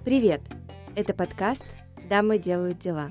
Привет! Это подкаст «Дамы делают дела».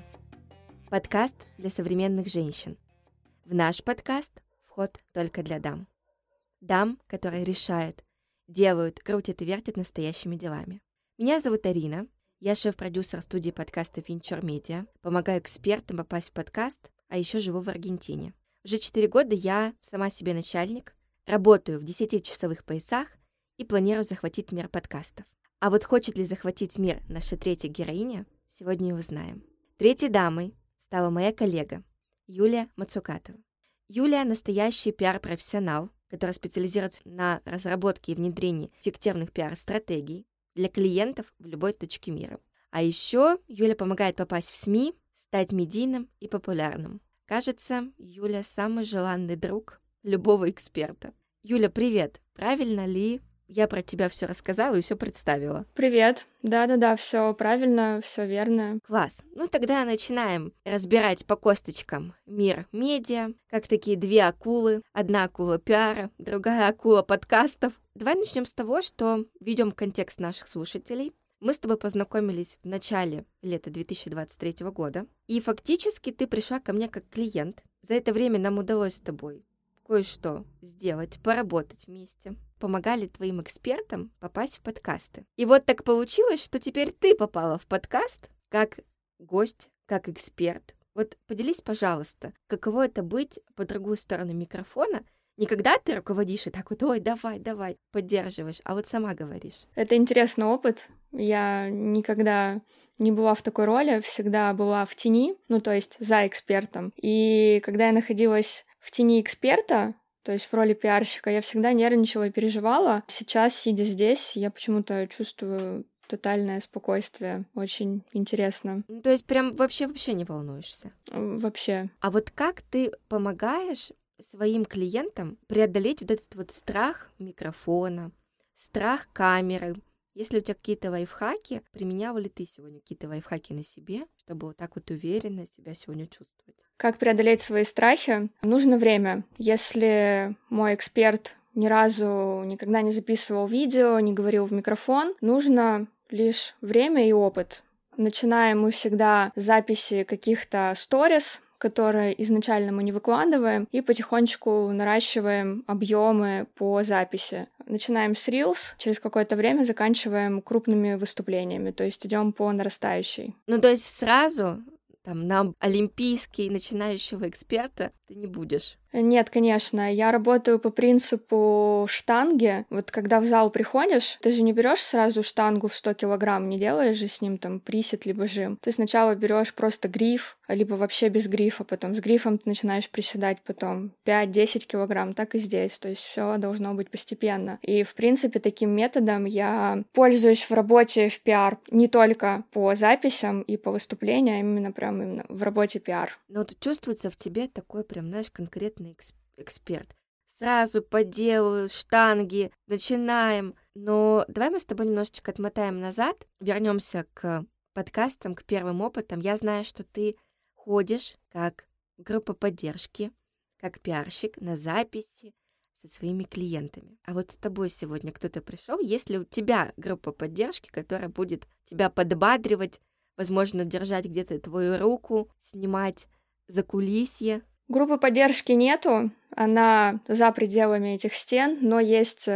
Подкаст для современных женщин. В наш подкаст вход только для дам. Дам, которые решают, делают, крутят и вертят настоящими делами. Меня зовут Арина, я шеф-продюсер студии подкаста Venture Media, помогаю экспертам попасть в подкаст, а еще живу в Аргентине. Уже 4 года я сама себе начальник, работаю в 10-часовых поясах и планирую захватить мир подкастов. А вот хочет ли захватить мир наша третья героиня, сегодня и узнаем. Третьей дамой стала моя коллега Юлия Мацукатова. Юлия – настоящий пиар-профессионал, который специализируется на разработке и внедрении эффективных пиар-стратегий для клиентов в любой точке мира. А еще Юля помогает попасть в СМИ, стать медийным и популярным. Кажется, Юля – самый желанный друг любого эксперта. Юля, привет! Правильно ли я про тебя все рассказала и все представила? Привет. Да, все правильно, все верно. Класс. Ну тогда начинаем разбирать по косточкам мир медиа, как такие две акулы. Одна акула пиара, другая акула подкастов. Давай начнем с того, что введем контекст наших слушателей. Мы с тобой познакомились в начале лета 2023 года, и фактически ты пришла ко мне как клиент. За это время нам удалось с тобой кое-что сделать, поработать вместе. Помогали твоим экспертам попасть в подкасты. И вот так получилось, что теперь ты попала в подкаст как гость, как эксперт. Вот поделись, пожалуйста, каково это быть по другую сторону микрофона, не когда ты руководишь и так вот, ой, давай, поддерживаешь, а вот сама говоришь. Это интересный опыт. Я никогда не была в такой роли, всегда была в тени, то есть за экспертом. И когда я находилась в тени эксперта, то есть в роли пиарщика, я всегда нервничала и переживала. Сейчас, сидя здесь, я почему-то чувствую тотальное спокойствие. Очень интересно. То есть прям вообще не волнуешься? Вообще. А вот как ты помогаешь своим клиентам преодолеть вот этот вот страх микрофона, страх камеры? Если у тебя какие-то лайфхаки, применяла ли ты сегодня какие-то лайфхаки на себе, чтобы вот так вот уверенно себя сегодня чувствовать? Как преодолеть свои страхи? Нужно время. Если мой эксперт ни разу никогда не записывал видео, не говорил в микрофон, нужно лишь время и опыт. Начинаем мы всегда с записи каких-то сторис, которые изначально мы не выкладываем, и потихонечку наращиваем объемы по записи. Начинаем с Reels, через какое-то время заканчиваем крупными выступлениями, то есть идем по нарастающей. То есть сразу на олимпийский начинающего эксперта ты не будешь? Нет, конечно, я работаю по принципу штанги. Вот когда в зал приходишь, ты же не берешь сразу штангу в 100 килограмм, не делаешь же с ним присед либо жим. Ты сначала берешь просто гриф, либо вообще без грифа, потом с грифом ты начинаешь приседать, потом 5-10 килограмм, так и здесь. То есть все должно быть постепенно. И, в принципе, таким методом я пользуюсь в работе в пиар не только по записям и по выступлениям, а именно в работе пиар. Но тут чувствуется в тебе такой прям, знаешь, конкретный эксперт. Сразу по делу, штанги, начинаем. Но давай мы с тобой немножечко отмотаем назад, вернемся к подкастам, к первым опытам. Я знаю, что ты ходишь как группа поддержки, как пиарщик на записи со своими клиентами. А вот с тобой сегодня кто-то пришел? Есть ли у тебя группа поддержки, которая будет тебя подбадривать, возможно, держать где-то твою руку, снимать закулисье? Группы поддержки нету, она за пределами этих стен, но есть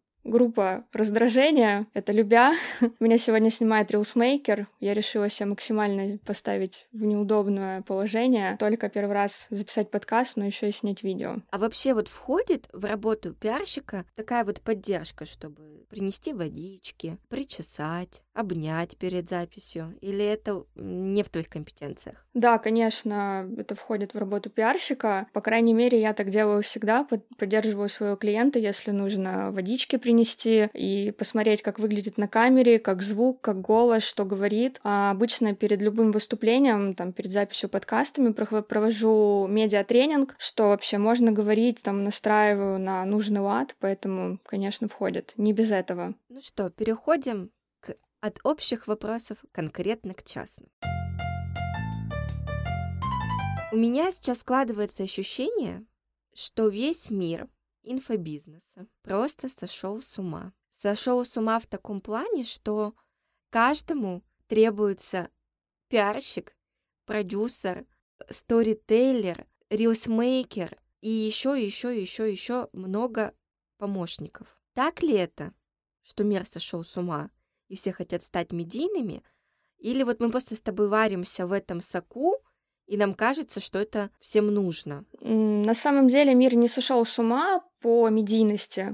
группа раздражения, это Любя. Меня сегодня снимает рилсмейкер. Я решила себя максимально поставить в неудобное положение. Только первый раз записать подкаст, но еще и снять видео. А вообще вот входит в работу пиарщика такая вот поддержка, чтобы принести водички, причесать, обнять перед записью? Или это не в твоих компетенциях? Да, конечно, это входит в работу пиарщика. По крайней мере, я так делаю всегда. Поддерживаю своего клиента, если нужно водички принести и посмотреть, как выглядит на камере, как звук, как голос, что говорит. А обычно перед любым выступлением, перед записью подкастами провожу медиатренинг, что вообще можно говорить, настраиваю на нужный лад, поэтому, конечно, входит. Не без этого. Ну что, переходим от общих вопросов конкретно к частным. У меня сейчас складывается ощущение, что весь мир инфобизнеса просто сошел с ума. Сошел с ума в таком плане, что Каждому требуется пиарщик, продюсер, сторителлер, рилсмейкер и еще много помощников. Так ли это, что мир сошел с ума и все хотят стать медийными? Или вот мы просто с тобой варимся в этом соку, и нам кажется, что это всем нужно? На самом деле мир не сошел с ума по медийности,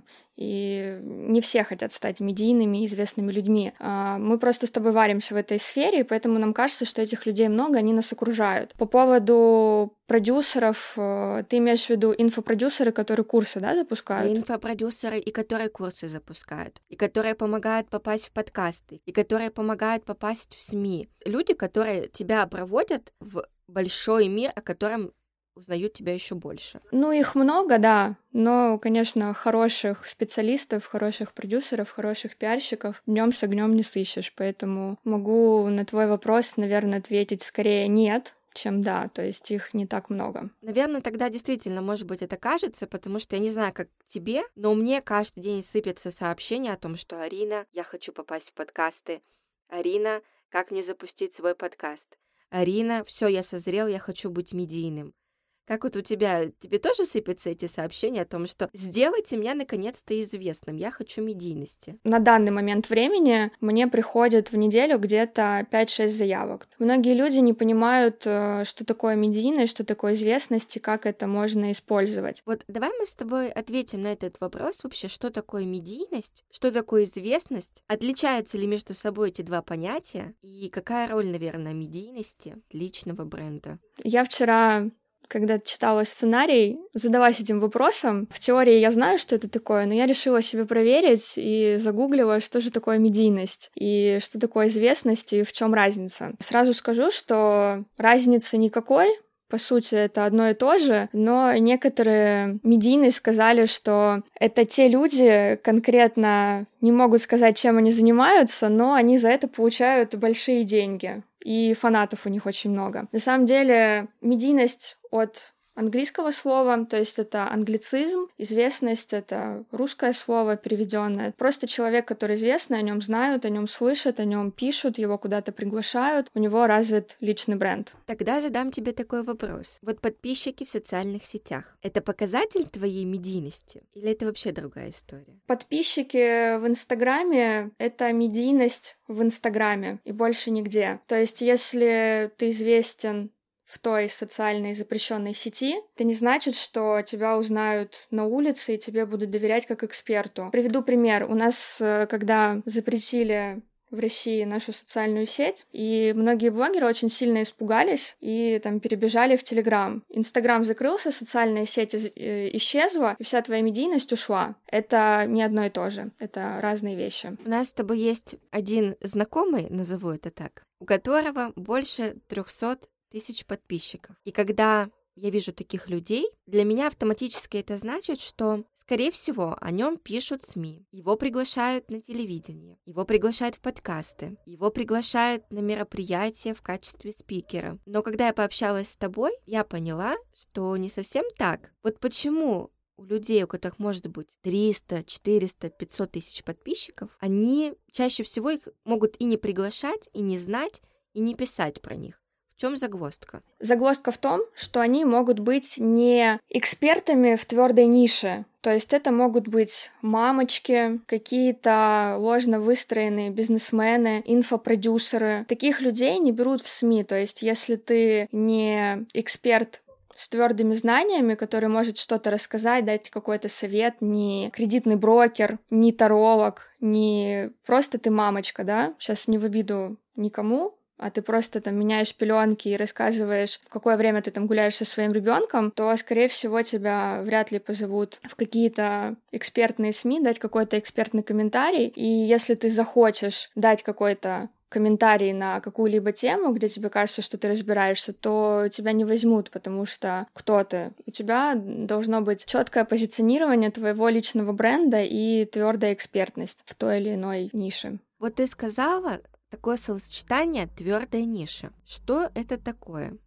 и не все хотят стать медийными, известными людьми. Мы просто с тобой варимся в этой сфере, и поэтому нам кажется, что этих людей много, они нас окружают. По поводу продюсеров, ты имеешь в виду инфопродюсеры, которые курсы, да, запускают? Инфопродюсеры, и которые курсы запускают, и которые помогают попасть в подкасты, и которые помогают попасть в СМИ. Люди, которые тебя проводят в большой мир, о котором узнают тебя еще больше. Ну, их много, да, но, конечно, хороших специалистов, хороших продюсеров, хороших пиарщиков днем с огнем не сыщешь, поэтому могу на твой вопрос, наверное, ответить скорее нет, чем да, то есть их не так много. Наверное, тогда действительно, может быть, это кажется, потому что я не знаю, как тебе, но мне каждый день сыпятся сообщения о том, что «Арина, я хочу попасть в подкасты», «Арина, как мне запустить свой подкаст», «Арина, все, я созрел, я хочу быть медийным». Как вот у тебя, тебе тоже сыпятся эти сообщения о том, что сделайте меня наконец-то известным, я хочу медийности? На данный момент времени мне приходит в неделю где-то 5-6 заявок. Многие люди не понимают, что такое медийность, что такое известность и как это можно использовать. Вот давай мы с тобой ответим на этот вопрос вообще, что такое медийность, что такое известность, отличаются ли между собой эти два понятия и какая роль, наверное, медийности личного бренда? Я вчера, когда читала сценарий, задалась этим вопросом. В теории я знаю, что это такое, но я решила себе проверить и загуглила, что же такое медийность и что такое известность и в чем разница. Сразу скажу, что разницы никакой. По сути, это одно и то же, но некоторые медийные сказали, что это те люди, конкретно не могут сказать, чем они занимаются, но они за это получают большие деньги, и фанатов у них очень много. На самом деле, медийность от английского слова, то есть это англицизм, известность — это русское слово переведенное. Просто человек, который известный, о нем знают, о нем слышат, о нем пишут, его куда-то приглашают, у него развит личный бренд. Тогда задам тебе такой вопрос. Вот подписчики в социальных сетях — это показатель твоей медийности или это вообще другая история? Подписчики в Инстаграме — это медийность в Инстаграме и больше нигде. То есть если ты известен в той социальной запрещенной сети, это не значит, что тебя узнают на улице и тебе будут доверять как эксперту. Приведу пример. У нас, когда запретили в России нашу социальную сеть, и многие блогеры очень сильно испугались и там перебежали в Телеграм. Инстаграм закрылся, социальная сеть исчезла, и вся твоя медийность ушла. Это не одно и то же, это разные вещи. У нас с тобой есть один знакомый, назову это так, у которого больше 300 тысяч подписчиков. И когда я вижу таких людей, для меня автоматически это значит, что, скорее всего, о нем пишут СМИ, его приглашают на телевидение, его приглашают в подкасты, его приглашают на мероприятия в качестве спикера. Но когда я пообщалась с тобой, я поняла, что не совсем так. Вот почему у людей, у которых может быть 300, 400, 500 тысяч подписчиков, они чаще всего их могут и не приглашать, и не знать, и не писать про них. В чем загвоздка? Загвоздка в том, что они могут быть не экспертами в твердой нише. То есть это могут быть мамочки, какие-то ложно выстроенные бизнесмены, инфопродюсеры. Таких людей не берут в СМИ. То есть если ты не эксперт с твердыми знаниями, который может что-то рассказать, дать какой-то совет, не кредитный брокер, не таролог, не просто ты мамочка, да? Сейчас не в обиду никому, а ты просто там меняешь пеленки и рассказываешь, в какое время ты там гуляешь со своим ребенком, то, скорее всего, тебя вряд ли позовут в какие-то экспертные СМИ, дать какой-то экспертный комментарий. И если ты захочешь дать какой-то комментарий на какую-либо тему, где тебе кажется, что ты разбираешься, то тебя не возьмут, потому что кто ты? У тебя должно быть четкое позиционирование твоего личного бренда и твердая экспертность в той или иной нише. Вот ты сказала такое словосочетание «твердая ниша». Что это такое?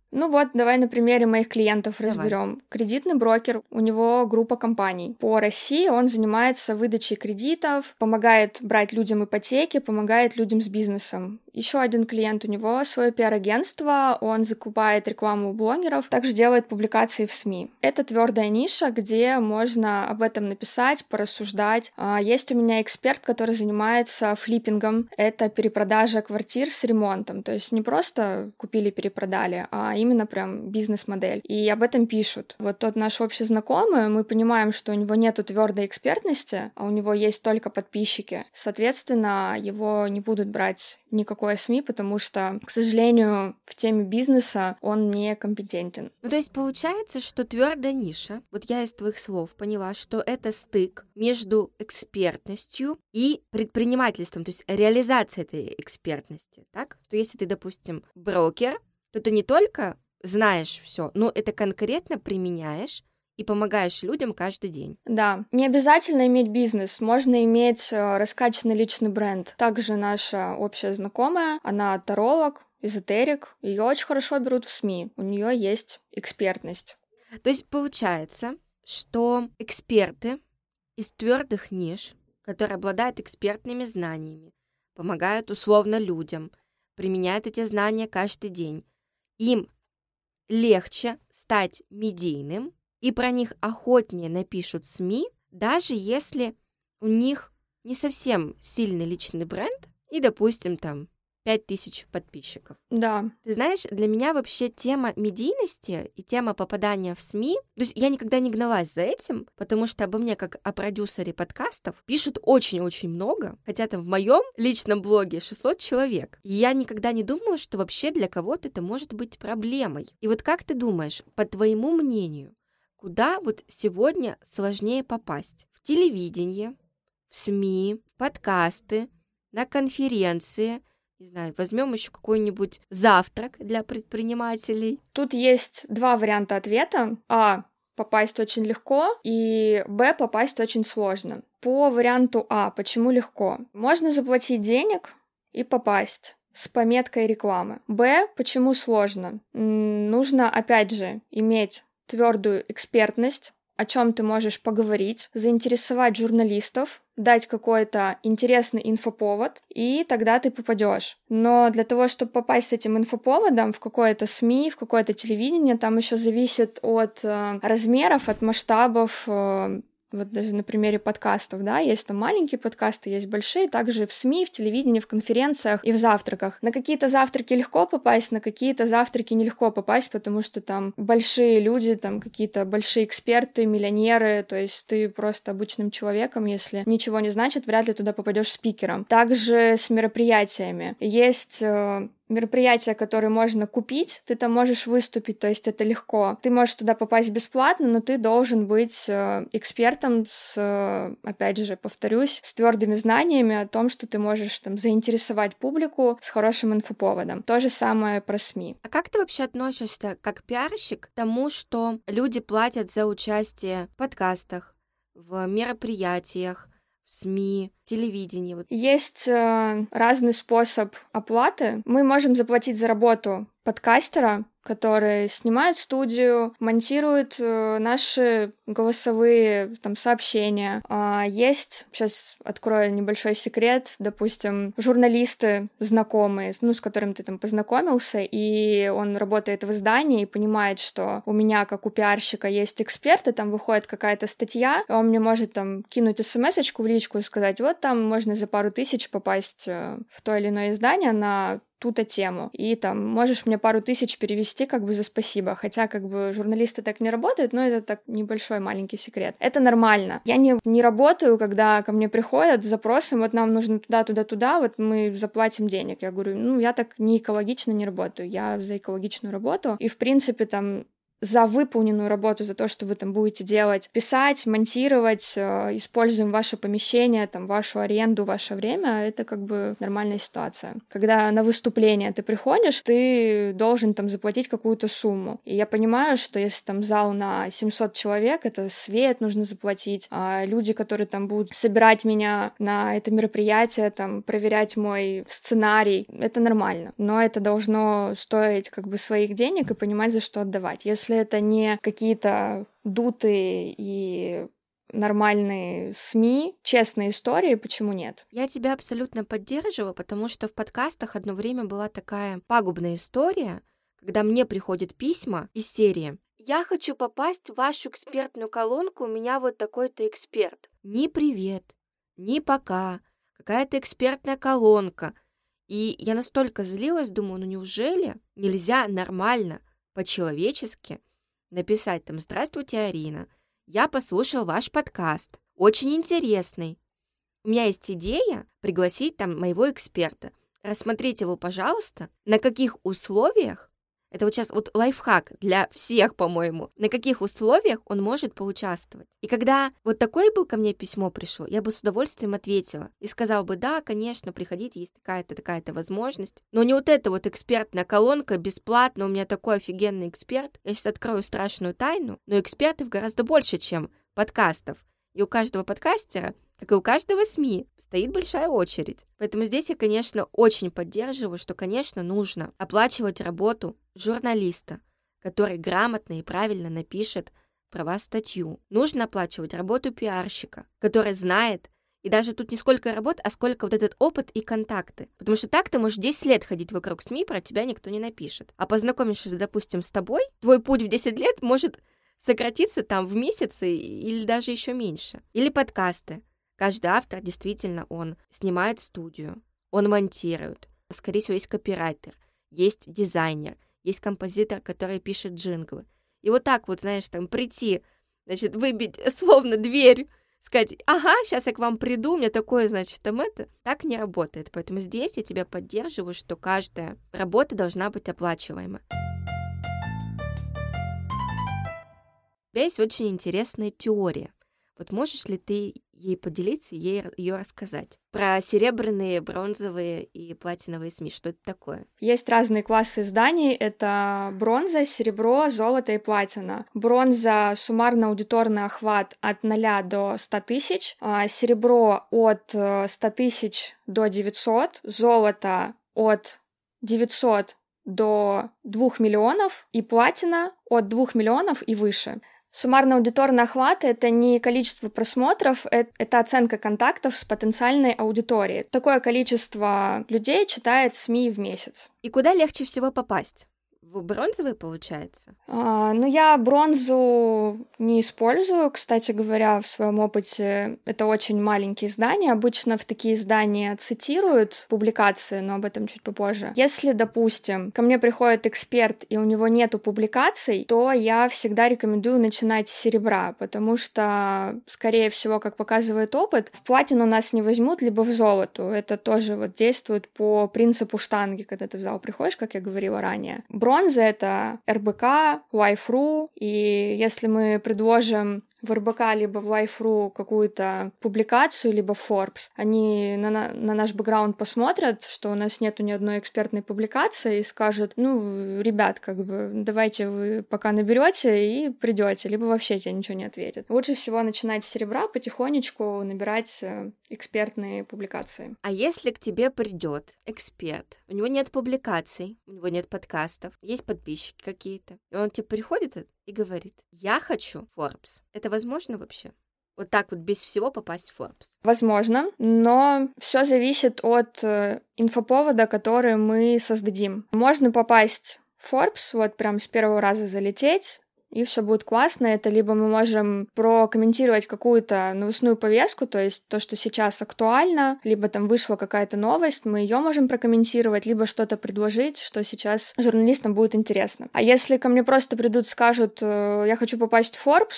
Ну вот, давай на примере моих клиентов разберем. Кредитный брокер, у него группа компаний. По России он занимается выдачей кредитов, помогает брать людям ипотеки, помогает людям с бизнесом. Еще один клиент, у него свое пиар-агентство, он закупает рекламу у блогеров, также делает публикации в СМИ. Это твердая ниша, где можно об этом написать, порассуждать. Есть у меня эксперт, который занимается флиппингом. Это перепродажа квартир с ремонтом. То есть не просто купили-перепродали, а именно прям бизнес-модель. И об этом пишут. Вот тот наш общий знакомый, мы понимаем, что у него нету твердой экспертности, а у него есть только подписчики. Соответственно, его не будут брать никакое СМИ, потому что, к сожалению, в теме бизнеса он не компетентен. Ну, то есть получается, что твердая ниша, вот я из твоих слов поняла, что это стык между экспертностью и предпринимательством, то есть реализация этой экспертности, так? Что если ты, допустим, брокер, то ты не только знаешь все, но это конкретно применяешь и помогаешь людям каждый день. Да, не обязательно иметь бизнес, можно иметь раскачанный личный бренд. Также наша общая знакомая, она таролог, эзотерик, ее очень хорошо берут в СМИ, у нее есть экспертность. То есть получается, что эксперты из твердых ниш, которые обладают экспертными знаниями, помогают условно людям, применяют эти знания каждый день, им легче стать медийным, и про них охотнее напишут СМИ, даже если у них не совсем сильный личный бренд и, допустим, там 5000 подписчиков. Да. Ты знаешь, для меня вообще тема медийности и тема попадания в СМИ, то есть я никогда не гналась за этим, потому что обо мне, как о продюсере подкастов, пишут очень-очень много, хотя там в моем личном блоге 600 человек. И я никогда не думала, что вообще для кого-то это может быть проблемой. И вот как ты думаешь, по твоему мнению, куда вот сегодня сложнее попасть? В телевидение, в СМИ, в подкасты, на конференции? Не знаю, возьмем еще какой-нибудь завтрак для предпринимателей. Тут есть два варианта ответа. А. Попасть очень легко, и Б. Попасть очень сложно. По варианту А. Почему легко? Можно заплатить денег и попасть с пометкой рекламы. Б. Почему сложно? Нужно, опять же, иметь твердую экспертность, о чем ты можешь поговорить, заинтересовать журналистов, дать какой-то интересный инфоповод, и тогда ты попадешь. Но для того, чтобы попасть с этим инфоповодом в какое-то СМИ, в какое-то телевидение, там еще зависит от размеров, от масштабов. Вот даже на примере подкастов, да, есть там маленькие подкасты, есть большие, также в СМИ, в телевидении, в конференциях и в завтраках. На какие-то завтраки легко попасть, на какие-то завтраки нелегко попасть, потому что там большие люди, там какие-то большие эксперты, миллионеры, то есть ты просто обычным человеком, если ничего не значит, вряд ли туда попадешь спикером. Также с мероприятиями. Есть мероприятия, которые можно купить, ты там можешь выступить, то есть это легко. Ты можешь туда попасть бесплатно, но ты должен быть экспертом с, опять же, повторюсь, с твердыми знаниями о том, что ты можешь там заинтересовать публику с хорошим инфоповодом. То же самое про СМИ. А как ты вообще относишься как пиарщик к тому, что люди платят за участие в подкастах, в мероприятиях, в СМИ, телевидении? Есть разный способ оплаты. Мы можем заплатить за работу подкастера, который снимает студию, монтирует наши голосовые там сообщения. Есть, сейчас открою небольшой секрет, допустим, журналисты знакомые, с которым ты там познакомился, и он работает в издании и понимает, что у меня, как у пиарщика, есть эксперты, там выходит какая-то статья, и он мне может там кинуть смс-очку в личку и сказать, вот там можно за пару тысяч попасть в то или иное издание на ту-то тему, и там можешь мне пару тысяч перевести как бы за спасибо, хотя как бы журналисты так не работают, но это так небольшой маленький секрет. Это нормально. Я не работаю, когда ко мне приходят с запросом, вот нам нужно туда, вот мы заплатим денег. Я говорю, я так не экологично не работаю, я за экологичную работу, и в принципе там за выполненную работу, за то, что вы там будете делать, писать, монтировать, используем ваше помещение, там, вашу аренду, ваше время, это как бы нормальная ситуация. Когда на выступление ты приходишь, ты должен там заплатить какую-то сумму. И я понимаю, что если там зал на 700 человек, это свет нужно заплатить, а люди, которые там будут собирать меня на это мероприятие, там, проверять мой сценарий, это нормально. Но это должно стоить как бы своих денег и понимать, за что отдавать. Если это не какие-то дутые и нормальные СМИ, честные истории, почему нет? Я тебя абсолютно поддерживаю, потому что в подкастах одно время была такая пагубная история, когда мне приходят письма из серии «Я хочу попасть в вашу экспертную колонку, у меня вот такой-то эксперт». Ни привет, ни пока, какая-то экспертная колонка. И я настолько злилась, думаю, ну неужели нельзя нормально, по-человечески написать там «Здравствуйте, Арина, я послушал ваш подкаст, очень интересный. У меня есть идея пригласить там моего эксперта. Рассмотрите его, пожалуйста, на каких условиях». Это вот сейчас вот лайфхак для всех, по-моему. На каких условиях он может поучаствовать. И когда вот такое бы ко мне письмо пришло, я бы с удовольствием ответила. И сказала бы, да, конечно, приходите, есть такая-то возможность. Но не вот эта вот экспертная колонка, бесплатно, у меня такой офигенный эксперт. Я сейчас открою страшную тайну, но экспертов гораздо больше, чем подкастов. И у каждого подкастера, как и у каждого СМИ, стоит большая очередь. Поэтому здесь я, конечно, очень поддерживаю, что, конечно, нужно оплачивать работу журналиста, который грамотно и правильно напишет про вас статью. Нужно оплачивать работу пиарщика, который знает, и даже тут не сколько работ, а сколько вот этот опыт и контакты. Потому что так ты можешь 10 лет ходить вокруг СМИ, про тебя никто не напишет. А познакомившись, допустим, с тобой, твой путь в 10 лет может сократиться там в месяцы или даже еще меньше. Или подкасты. Каждый автор действительно, он снимает студию, он монтирует. Скорее всего, есть копирайтер, есть дизайнер, есть композитор, который пишет джинглы. И вот так вот, знаешь, там прийти, значит, выбить словно дверь, сказать, ага, сейчас я к вам приду, у меня такое, значит, там это. Так не работает. Поэтому здесь я тебя поддерживаю, что каждая работа должна быть оплачиваема. У тебя есть очень интересная теория. Вот можешь ли ты ей поделиться, ее рассказать? Про серебряные, бронзовые и платиновые СМИ. Что это такое? Есть разные классы изданий. Это бронза, серебро, золото и платина. Бронза — суммарно-аудиторный охват от 0 до 100 тысяч. Серебро — от 100 тысяч до 900. Золото — от 900 до 2 миллионов. И платина — от 2 миллионов и выше. Суммарно-аудиторный охват — это не количество просмотров, это оценка контактов с потенциальной аудиторией. Такое количество людей читает СМИ в месяц. И куда легче всего попасть? В бронзовый, получается? Я бронзу не использую. Кстати говоря, в своем опыте это очень маленькие издания. Обычно в такие издания цитируют публикации, но об этом чуть попозже. Если, допустим, ко мне приходит эксперт, и у него нету публикаций, то я всегда рекомендую начинать с серебра, потому что, скорее всего, как показывает опыт, в платину нас не возьмут, либо в золоту. Это тоже вот действует по принципу штанги, когда ты в зал приходишь, как я говорила ранее. Бронза — это РБК, Life.ru, и если мы предложим в РБК либо в Life.ru какую-то публикацию, либо в Forbes, они на наш бэкграунд посмотрят, что у нас нету ни одной экспертной публикации, и скажут, ребят, как бы, давайте вы пока наберете и придете, либо вообще тебе ничего не ответят. Лучше всего начинать с серебра, потихонечку набирать экспертные публикации. А если к тебе придет эксперт, у него нет публикаций, у него нет подкастов, есть подписчики какие-то, и он тебе приходит и говорит, я хочу Forbes. Это возможно вообще? Вот так вот без всего попасть в Forbes? Возможно, но все зависит от инфоповода, который мы создадим. Можно попасть в Forbes, вот прям с первого раза залететь, и все будет классно. Это либо мы можем прокомментировать какую-то новостную повестку, то есть то, что сейчас актуально, либо там вышла какая-то новость, мы ее можем прокомментировать, либо что-то предложить, что сейчас журналистам будет интересно. А если ко мне просто придут, скажут, я хочу попасть в Forbes,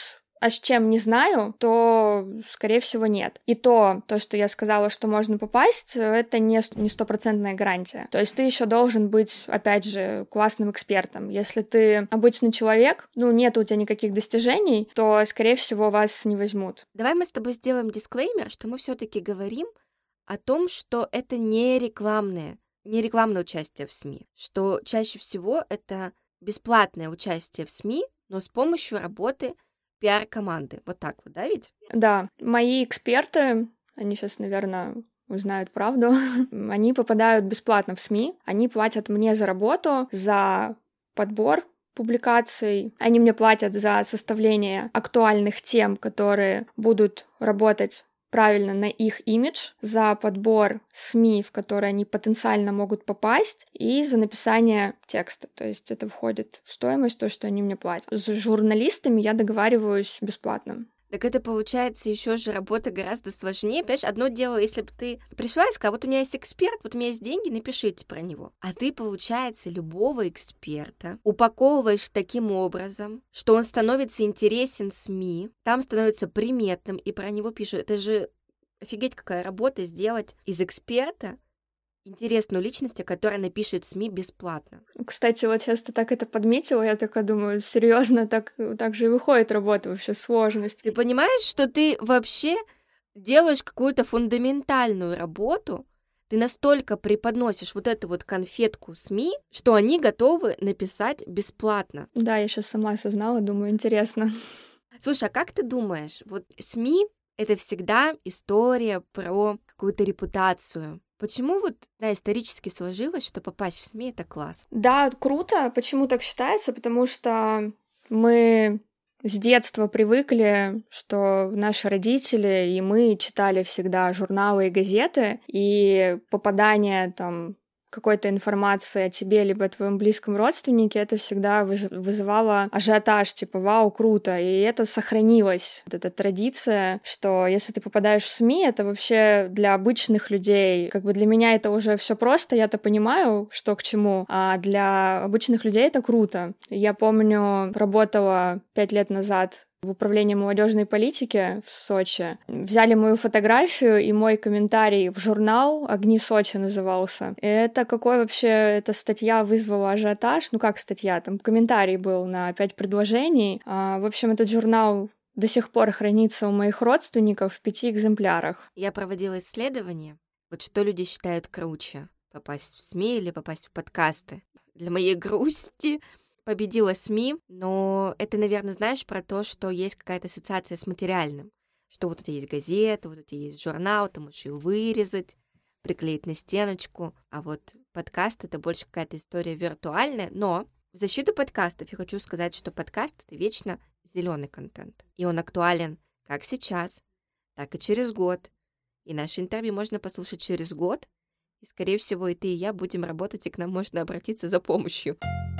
А с чем не знаю, то, скорее всего, нет. И то, что я сказала, что можно попасть, это не стопроцентная гарантия. То есть ты еще должен быть, опять же, классным экспертом. Если ты обычный человек, нет у тебя никаких достижений, то, скорее всего, вас не возьмут. Давай мы с тобой сделаем дисклеймер, что мы все-таки говорим о том, что это не рекламное участие в СМИ, что чаще всего это бесплатное участие в СМИ, но с помощью работы пиар-команды. Вот так вот, да, ведь? Да, мои эксперты, они сейчас, наверное, узнают правду, они попадают бесплатно в СМИ, они платят мне за работу, за подбор публикаций, они мне платят за составление актуальных тем, которые будут работать правильно на их имидж, за подбор СМИ, в которые они потенциально могут попасть, и за написание текста. То есть это входит в стоимость, то, что они мне платят. С журналистами я договариваюсь бесплатно. Так это, получается, еще же работа гораздо сложнее. Понимаешь, одно дело, если бы ты пришла и сказала, вот у меня есть эксперт, вот у меня есть деньги, напишите про него. А ты, получается, любого эксперта упаковываешь таким образом, что он становится интересен СМИ, там становится приметным, и про него пишут. Это же офигеть какая работа сделать из эксперта интересную личность, которая напишет СМИ бесплатно. Кстати, вот сейчас ты так это подметила, я такая думаю, серьезно, так же и выходит работа, вообще сложность. Ты понимаешь, что ты вообще делаешь какую-то фундаментальную работу, ты настолько преподносишь вот эту вот конфетку СМИ, что они готовы написать бесплатно. Да, я сейчас сама осознала, думаю, интересно. Слушай, а как ты думаешь, вот СМИ — это всегда история про какую-то репутацию. Почему вот, исторически сложилось, что попасть в СМИ — это класс? Да, круто. Почему так считается? Потому что мы с детства привыкли, что наши родители и мы читали всегда журналы и газеты, и попадание там какой-то информации о тебе либо о твоем близком родственнике, это всегда вызывало ажиотаж, типа «Вау, круто!» И это сохранилось, вот эта традиция, что если ты попадаешь в СМИ, это вообще для обычных людей, как бы для меня это уже все просто, я-то понимаю, что к чему, а для обычных людей это круто. Я помню, работала 5 лет назад в управлении молодежной политики в Сочи. Взяли мою фотографию и мой комментарий в журнал «Огни Сочи» назывался. И это какой вообще эта статья вызвала ажиотаж? Как статья? Там комментарий был на 5 предложений. В общем, этот журнал до сих пор хранится у моих родственников в 5 экземплярах. Я проводила исследование. Вот что люди считают круче? Попасть в СМИ или попасть в подкасты? Для моей грусти победила СМИ, но это, наверное, знаешь про то, что есть какая-то ассоциация с материальным, что вот у тебя есть газета, вот у тебя есть журнал, ты можешь ее вырезать, приклеить на стеночку, а вот подкаст — это больше какая-то история виртуальная, но в защиту подкастов я хочу сказать, что подкаст — это вечно зеленый контент, и он актуален как сейчас, так и через год, и наше интервью можно послушать через год, и, скорее всего, и ты, и я будем работать, и к нам можно обратиться за помощью.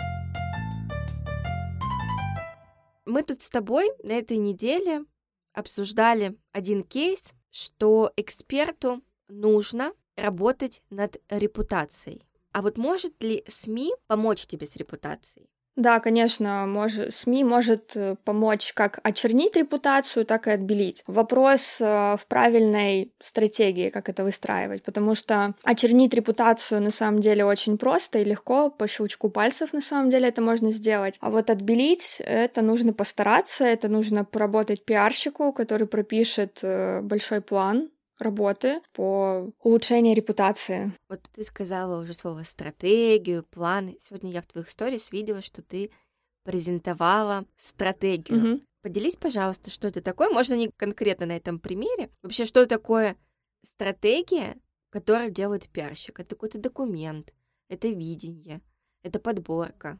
Мы тут с тобой на этой неделе обсуждали один кейс, что эксперту нужно работать над репутацией. А вот может ли СМИ помочь тебе с репутацией? Да, конечно, СМИ может помочь как очернить репутацию, так и отбелить. Вопрос в правильной стратегии, как это выстраивать, потому что очернить репутацию на самом деле очень просто и легко, по щелчку пальцев на самом деле это можно сделать. А вот отбелить — это нужно постараться, это нужно поработать пиарщику, который пропишет большой план работы по улучшению репутации. Вот ты сказала уже слово стратегию, планы. Сегодня я в твоих сторис видела, что ты презентовала стратегию. Поделись, пожалуйста, что это такое. Можно не конкретно на этом примере. Вообще, что такое стратегия, которую делает пиарщик? Это какой-то документ, это видение, это подборка.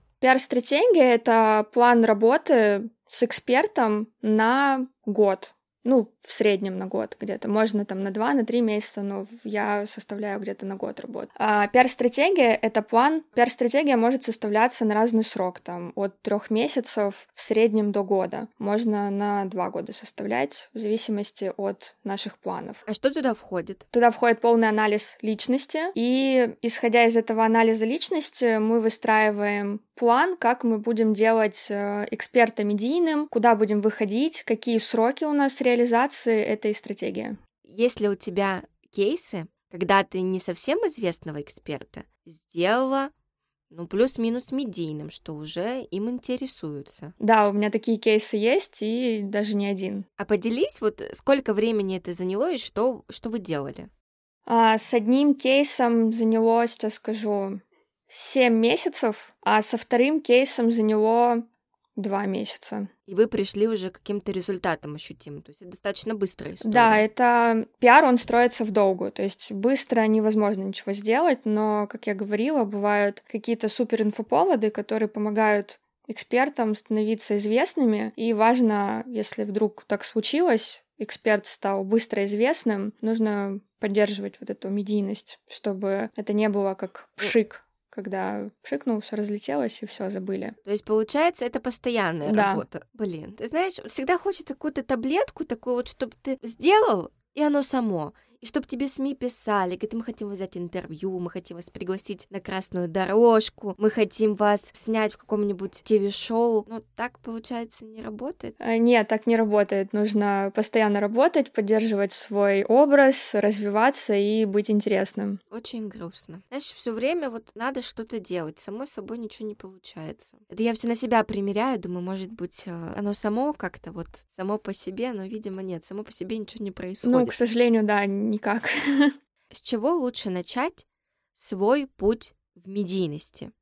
Пиар-стратегия — это план работы с экспертом на год. в среднем на год где-то. Можно там на 2, на 3 месяца, но я составляю где-то на год работу. А пиар-стратегия — это план. Пиар-стратегия может составляться на разный срок, там, от 3 месяцев в среднем до года. Можно на 2 года составлять, в зависимости от наших планов. А что туда входит? Туда входит полный анализ личности, и, исходя из этого анализа личности, мы выстраиваем план, как мы будем делать эксперта медийным, куда будем выходить, какие сроки у нас реализации этой стратегии. Есть ли у тебя кейсы, когда ты не совсем известного эксперта сделала, плюс-минус медийным, что уже им интересуются? Да, у меня такие кейсы есть, и даже не один. А поделись, сколько времени это заняло и что вы делали? С одним кейсом заняло, сейчас скажу, 7 месяцев, а со вторым кейсом заняло 2 месяца. И вы пришли уже к каким-то результатам ощутимым, то есть это достаточно быстрая история. Да, это пиар, он строится в долгую, то есть быстро невозможно ничего сделать, но, как я говорила, бывают какие-то суперинфоповоды, которые помогают экспертам становиться известными, и важно, если вдруг так случилось, эксперт стал быстро известным, нужно поддерживать эту медийность, чтобы это не было как пшик, когда пшикнул, все разлетелось, и все забыли. То есть, получается, это постоянная работа. Блин, ты знаешь, всегда хочется какую-то таблетку такую чтобы ты сделал, и оно само. И чтобы тебе СМИ писали, говорят, мы хотим взять интервью, мы хотим вас пригласить на красную дорожку, мы хотим вас снять в каком-нибудь ТВ-шоу. Но так, получается, не работает? Нет, так не работает. Нужно постоянно работать, поддерживать свой образ, развиваться и быть интересным. Очень грустно. Знаешь, все время надо что-то делать, самой собой ничего не получается. Это я все на себя примеряю, думаю, может быть, оно само как-то само по себе, но, видимо, нет, само по себе ничего не происходит. К сожалению, да, никак. С чего лучше начать свой путь в медийности?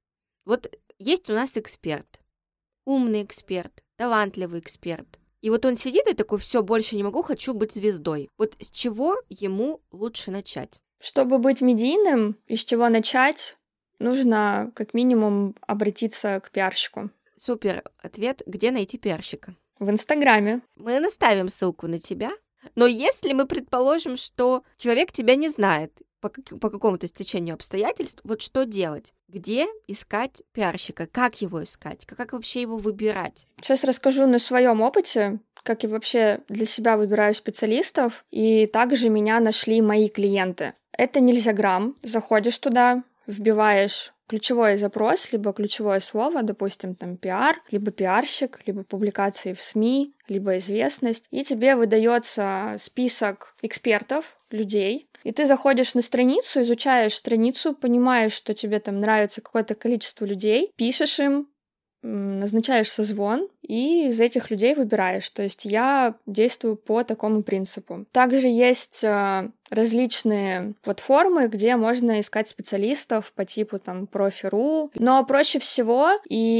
Есть у нас эксперт, умный эксперт, талантливый эксперт. И он сидит и такой, все, больше не могу, хочу быть звездой. С чего ему лучше начать? Чтобы быть медийным, из чего начать, нужно как минимум обратиться к пиарщику. Супер ответ. Где найти пиарщика? В Инстаграме. Мы наставим ссылку на тебя. Но если мы предположим, что человек тебя не знает по какому-то стечению обстоятельств, что делать? Где искать пиарщика? Как его искать? Как вообще его выбирать? Сейчас расскажу на своем опыте, как я вообще для себя выбираю специалистов, и также меня нашли мои клиенты. Это Нельзяграм. Заходишь туда, вбиваешь ключевой запрос, либо ключевое слово, допустим, там пиар, либо пиарщик, либо публикации в СМИ, либо известность, и тебе выдается список экспертов, людей, и ты заходишь на страницу, изучаешь страницу, понимаешь, что тебе там нравится какое-то количество людей, пишешь им, назначаешь созвон и из этих людей выбираешь. То есть я действую по такому принципу. Также есть различные платформы, где можно искать специалистов по типу там Профи.ру, но проще всего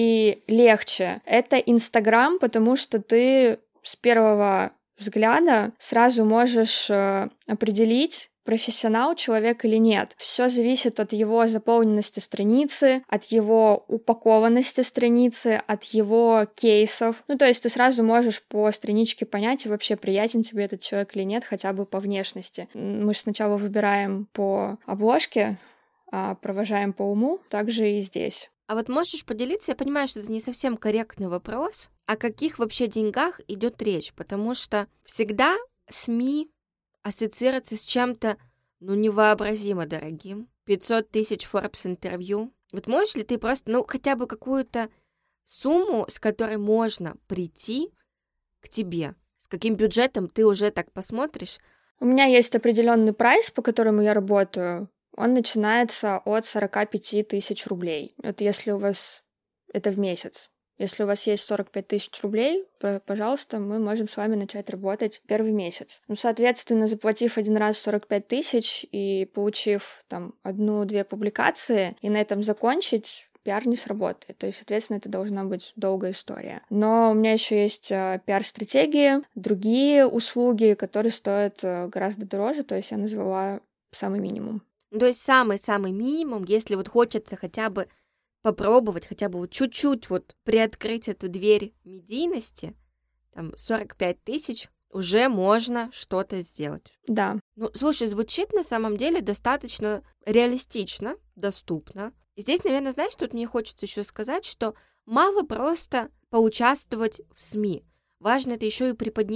и легче это Инстаграм, потому что ты с первого взгляда сразу можешь определить, профессионал человек или нет. Все зависит от его заполненности страницы, от его упакованности страницы, от его кейсов. То есть ты сразу можешь по страничке понять, вообще приятен тебе этот человек или нет, хотя бы по внешности. Мы же сначала выбираем по обложке, а провожаем по уму, также и здесь. А можешь поделиться, я понимаю, что это не совсем корректный вопрос, о каких вообще деньгах идет речь, потому что всегда СМИ ассоциируется с чем-то, невообразимо дорогим. 500 тысяч Forbes интервью. Можешь ли ты просто, хотя бы какую-то сумму, с которой можно прийти к тебе? С каким бюджетом ты уже так посмотришь? У меня есть определенный прайс, по которому я работаю. Он начинается от 45 тысяч рублей. Это если у вас это в месяц. Если у вас есть 45 тысяч рублей, пожалуйста, мы можем с вами начать работать первый месяц. Соответственно, заплатив один раз 45 тысяч и получив там 1-2 публикации, и на этом закончить, пиар не сработает. То есть, соответственно, это должна быть долгая история. Но у меня еще есть пиар-стратегии, другие услуги, которые стоят гораздо дороже, то есть я назвала самый минимум. То есть самый-самый минимум, если хочется хотя бы попробовать, хотя бы чуть-чуть приоткрыть эту дверь медийности, там 45 тысяч, уже можно что-то сделать. Да. Ну, слушай, звучит на самом деле достаточно реалистично, доступно. И здесь, наверное, знаешь, тут мне хочется еще сказать, что мало просто поучаствовать в СМИ. Важно это еще и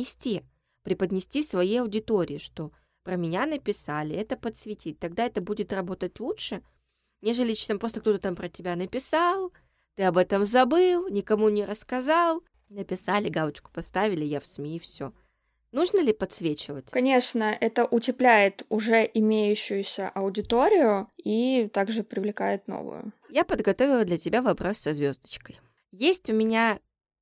преподнести своей аудитории, что про меня написали, это подсветить. Тогда это будет работать лучше, нежели чем просто кто-то там про тебя написал, ты об этом забыл, никому не рассказал, написали, галочку поставили, я в СМИ, и все. Нужно ли подсвечивать? Конечно, это утепляет уже имеющуюся аудиторию и также привлекает новую. Я подготовила для тебя вопрос со звездочкой. Есть у меня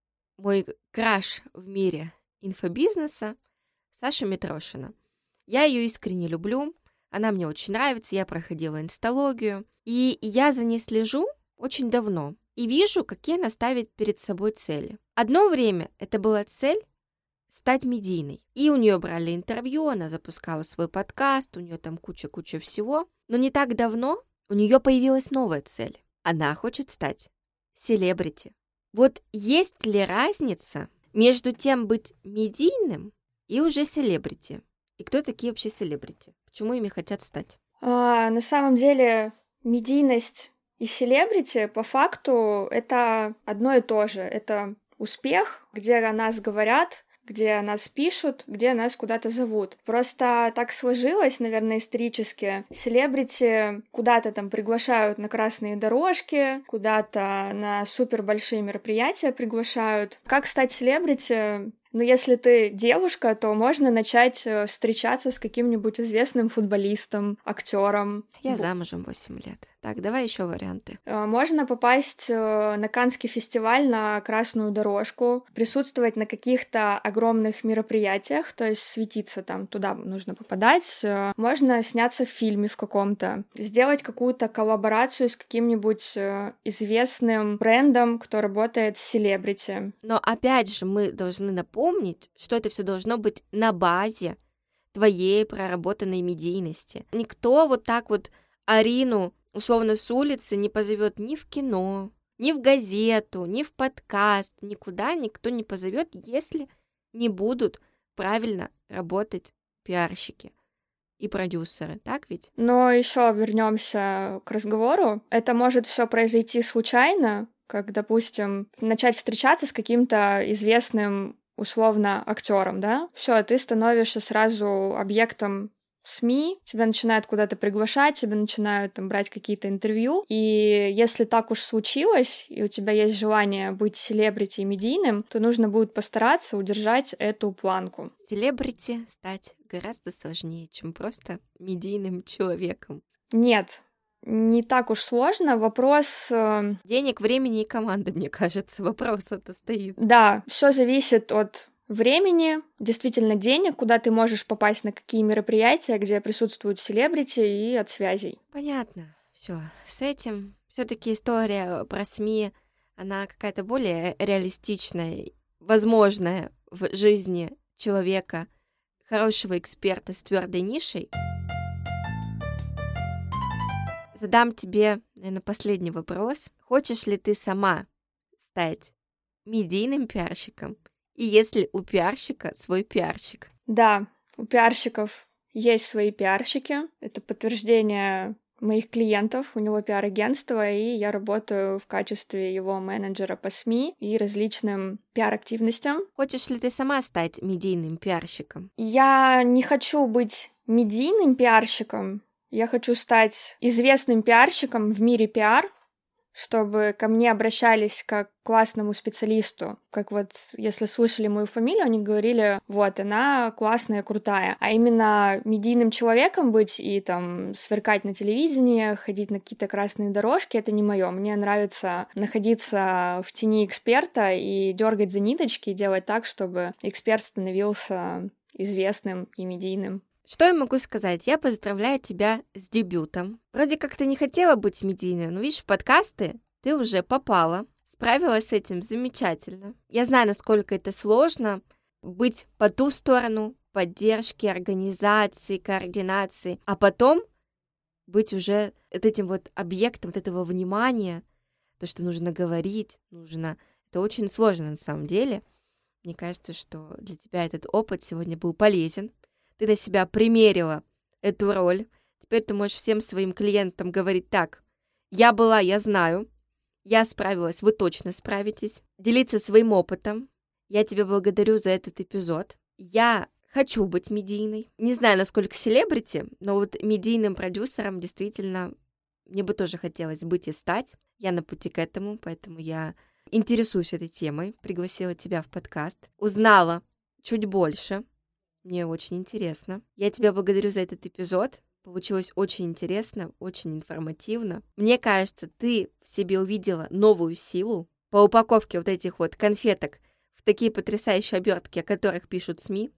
мой краш в мире инфобизнеса Саша Митрошина. Я ее искренне люблю, она мне очень нравится, я проходила инстологию, и я за ней слежу очень давно и вижу, какие она ставит перед собой цели. Одно время это была цель стать медийной. И у нее брали интервью, она запускала свой подкаст, у нее там куча всего. Но не так давно у нее появилась новая цель. Она хочет стать селебрити. Вот есть ли разница между тем быть медийным и уже селебрити? И кто такие вообще селебрити? Почему ими хотят стать? На самом деле медийность и селебрити по факту это одно и то же. Это успех, где о нас говорят, где нас пишут, где нас куда-то зовут. Просто так сложилось, наверное, исторически. Селебрити куда-то там приглашают на красные дорожки, куда-то на супер большие мероприятия приглашают. Как стать селебрити? Ну, если ты девушка, то можно начать встречаться с каким-нибудь известным футболистом, актером. Я замужем 8 лет. Так, давай еще варианты. Можно попасть на Каннский фестиваль на красную дорожку, присутствовать на каких-то огромных мероприятиях, то есть светиться там, туда нужно попадать. Можно сняться в фильме в каком-то, сделать какую-то коллаборацию с каким-нибудь известным брендом, кто работает с селебрити. Но опять же, мы должны напомнить, что это все должно быть на базе твоей проработанной медийности. Никто вот так вот Арину условно с улицы не позовет ни в кино, ни в газету, ни в подкаст, никуда никто не позовет, если не будут правильно работать пиарщики и продюсеры, так ведь? Но еще вернемся к разговору. Это может все произойти случайно, как, допустим, начать встречаться с каким-то известным условно актером, да? Все, ты становишься сразу объектом СМИ, тебя начинают куда-то приглашать, тебя начинают там брать какие-то интервью, и если так уж случилось, и у тебя есть желание быть селебрити и медийным, то нужно будет постараться удержать эту планку. Селебрити стать гораздо сложнее, чем просто медийным человеком. Нет, не так уж сложно. Вопрос... Денег, времени и команды, мне кажется, вопрос это стоит. Да, все зависит от времени, действительно денег, куда ты можешь попасть, на какие мероприятия, где присутствуют селебрити, и от связей. Понятно. Все, с этим все-таки история про СМИ, она какая-то более реалистичная, возможная в жизни человека, хорошего эксперта с твердой нишей. Задам тебе, наверное, последний вопрос. Хочешь ли ты сама стать медийным пиарщиком? И есть ли у пиарщика свой пиарщик? Да, у пиарщиков есть свои пиарщики. Это подтверждение моих клиентов. У него пиар-агентство, и я работаю в качестве его менеджера по СМИ и различным пиар-активностям. Хочешь ли ты сама стать медийным пиарщиком? Я не хочу быть медийным пиарщиком. Я хочу стать известным пиарщиком в мире пиар, чтобы ко мне обращались как к классному специалисту. Как вот, если слышали мою фамилию, они говорили, вот, она классная, крутая. А именно медийным человеком быть и там сверкать на телевидении, ходить на какие-то красные дорожки, это не мое. Мне нравится находиться в тени эксперта и дергать за ниточки, и делать так, чтобы эксперт становился известным и медийным. Что я могу сказать? Я поздравляю тебя с дебютом. Вроде как ты не хотела быть медийной, но видишь, в подкасты ты уже попала, справилась с этим замечательно. Я знаю, насколько это сложно быть по ту сторону поддержки, организации, координации, а потом быть уже этим вот объектом вот этого внимания, то, что нужно говорить, нужно... Это очень сложно на самом деле. Мне кажется, что для тебя этот опыт сегодня был полезен. Ты на себя примерила эту роль. Теперь ты можешь всем своим клиентам говорить так: я была, я знаю, я справилась, вы точно справитесь. Делиться своим опытом. Я тебя благодарю за этот эпизод. Я хочу быть медийной. Не знаю, насколько селебрити, но вот медийным продюсером действительно мне бы тоже хотелось быть и стать. Я на пути к этому, поэтому я интересуюсь этой темой. Пригласила тебя в подкаст. Узнала чуть больше. Мне очень интересно. Я тебя благодарю за этот эпизод. Получилось очень интересно, очень информативно. Мне кажется, ты в себе увидела новую силу. По упаковке вот этих вот конфеток в такие потрясающие обертки, о которых пишут СМИ.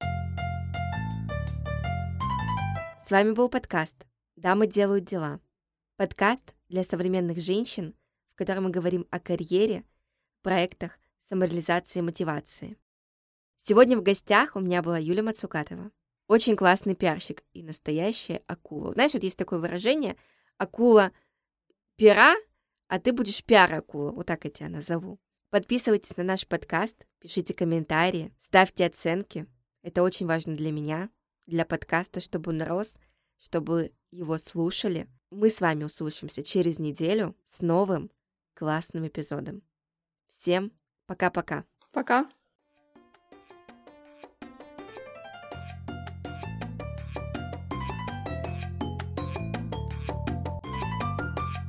С вами был подкаст «Дамы делают дела». Подкаст для современных женщин, в котором мы говорим о карьере, проектах, самореализации и мотивации. Сегодня в гостях у меня была Юля Мацукатова. Очень классный пиарщик и настоящая акула. Знаешь, вот есть такое выражение: акула пера, а ты будешь пиар-акула. Вот так я тебя назову. Подписывайтесь на наш подкаст, пишите комментарии, ставьте оценки. Это очень важно для меня, для подкаста, чтобы он рос, чтобы его слушали. Мы с вами услышимся через неделю с новым классным эпизодом. Всем пока-пока. Пока.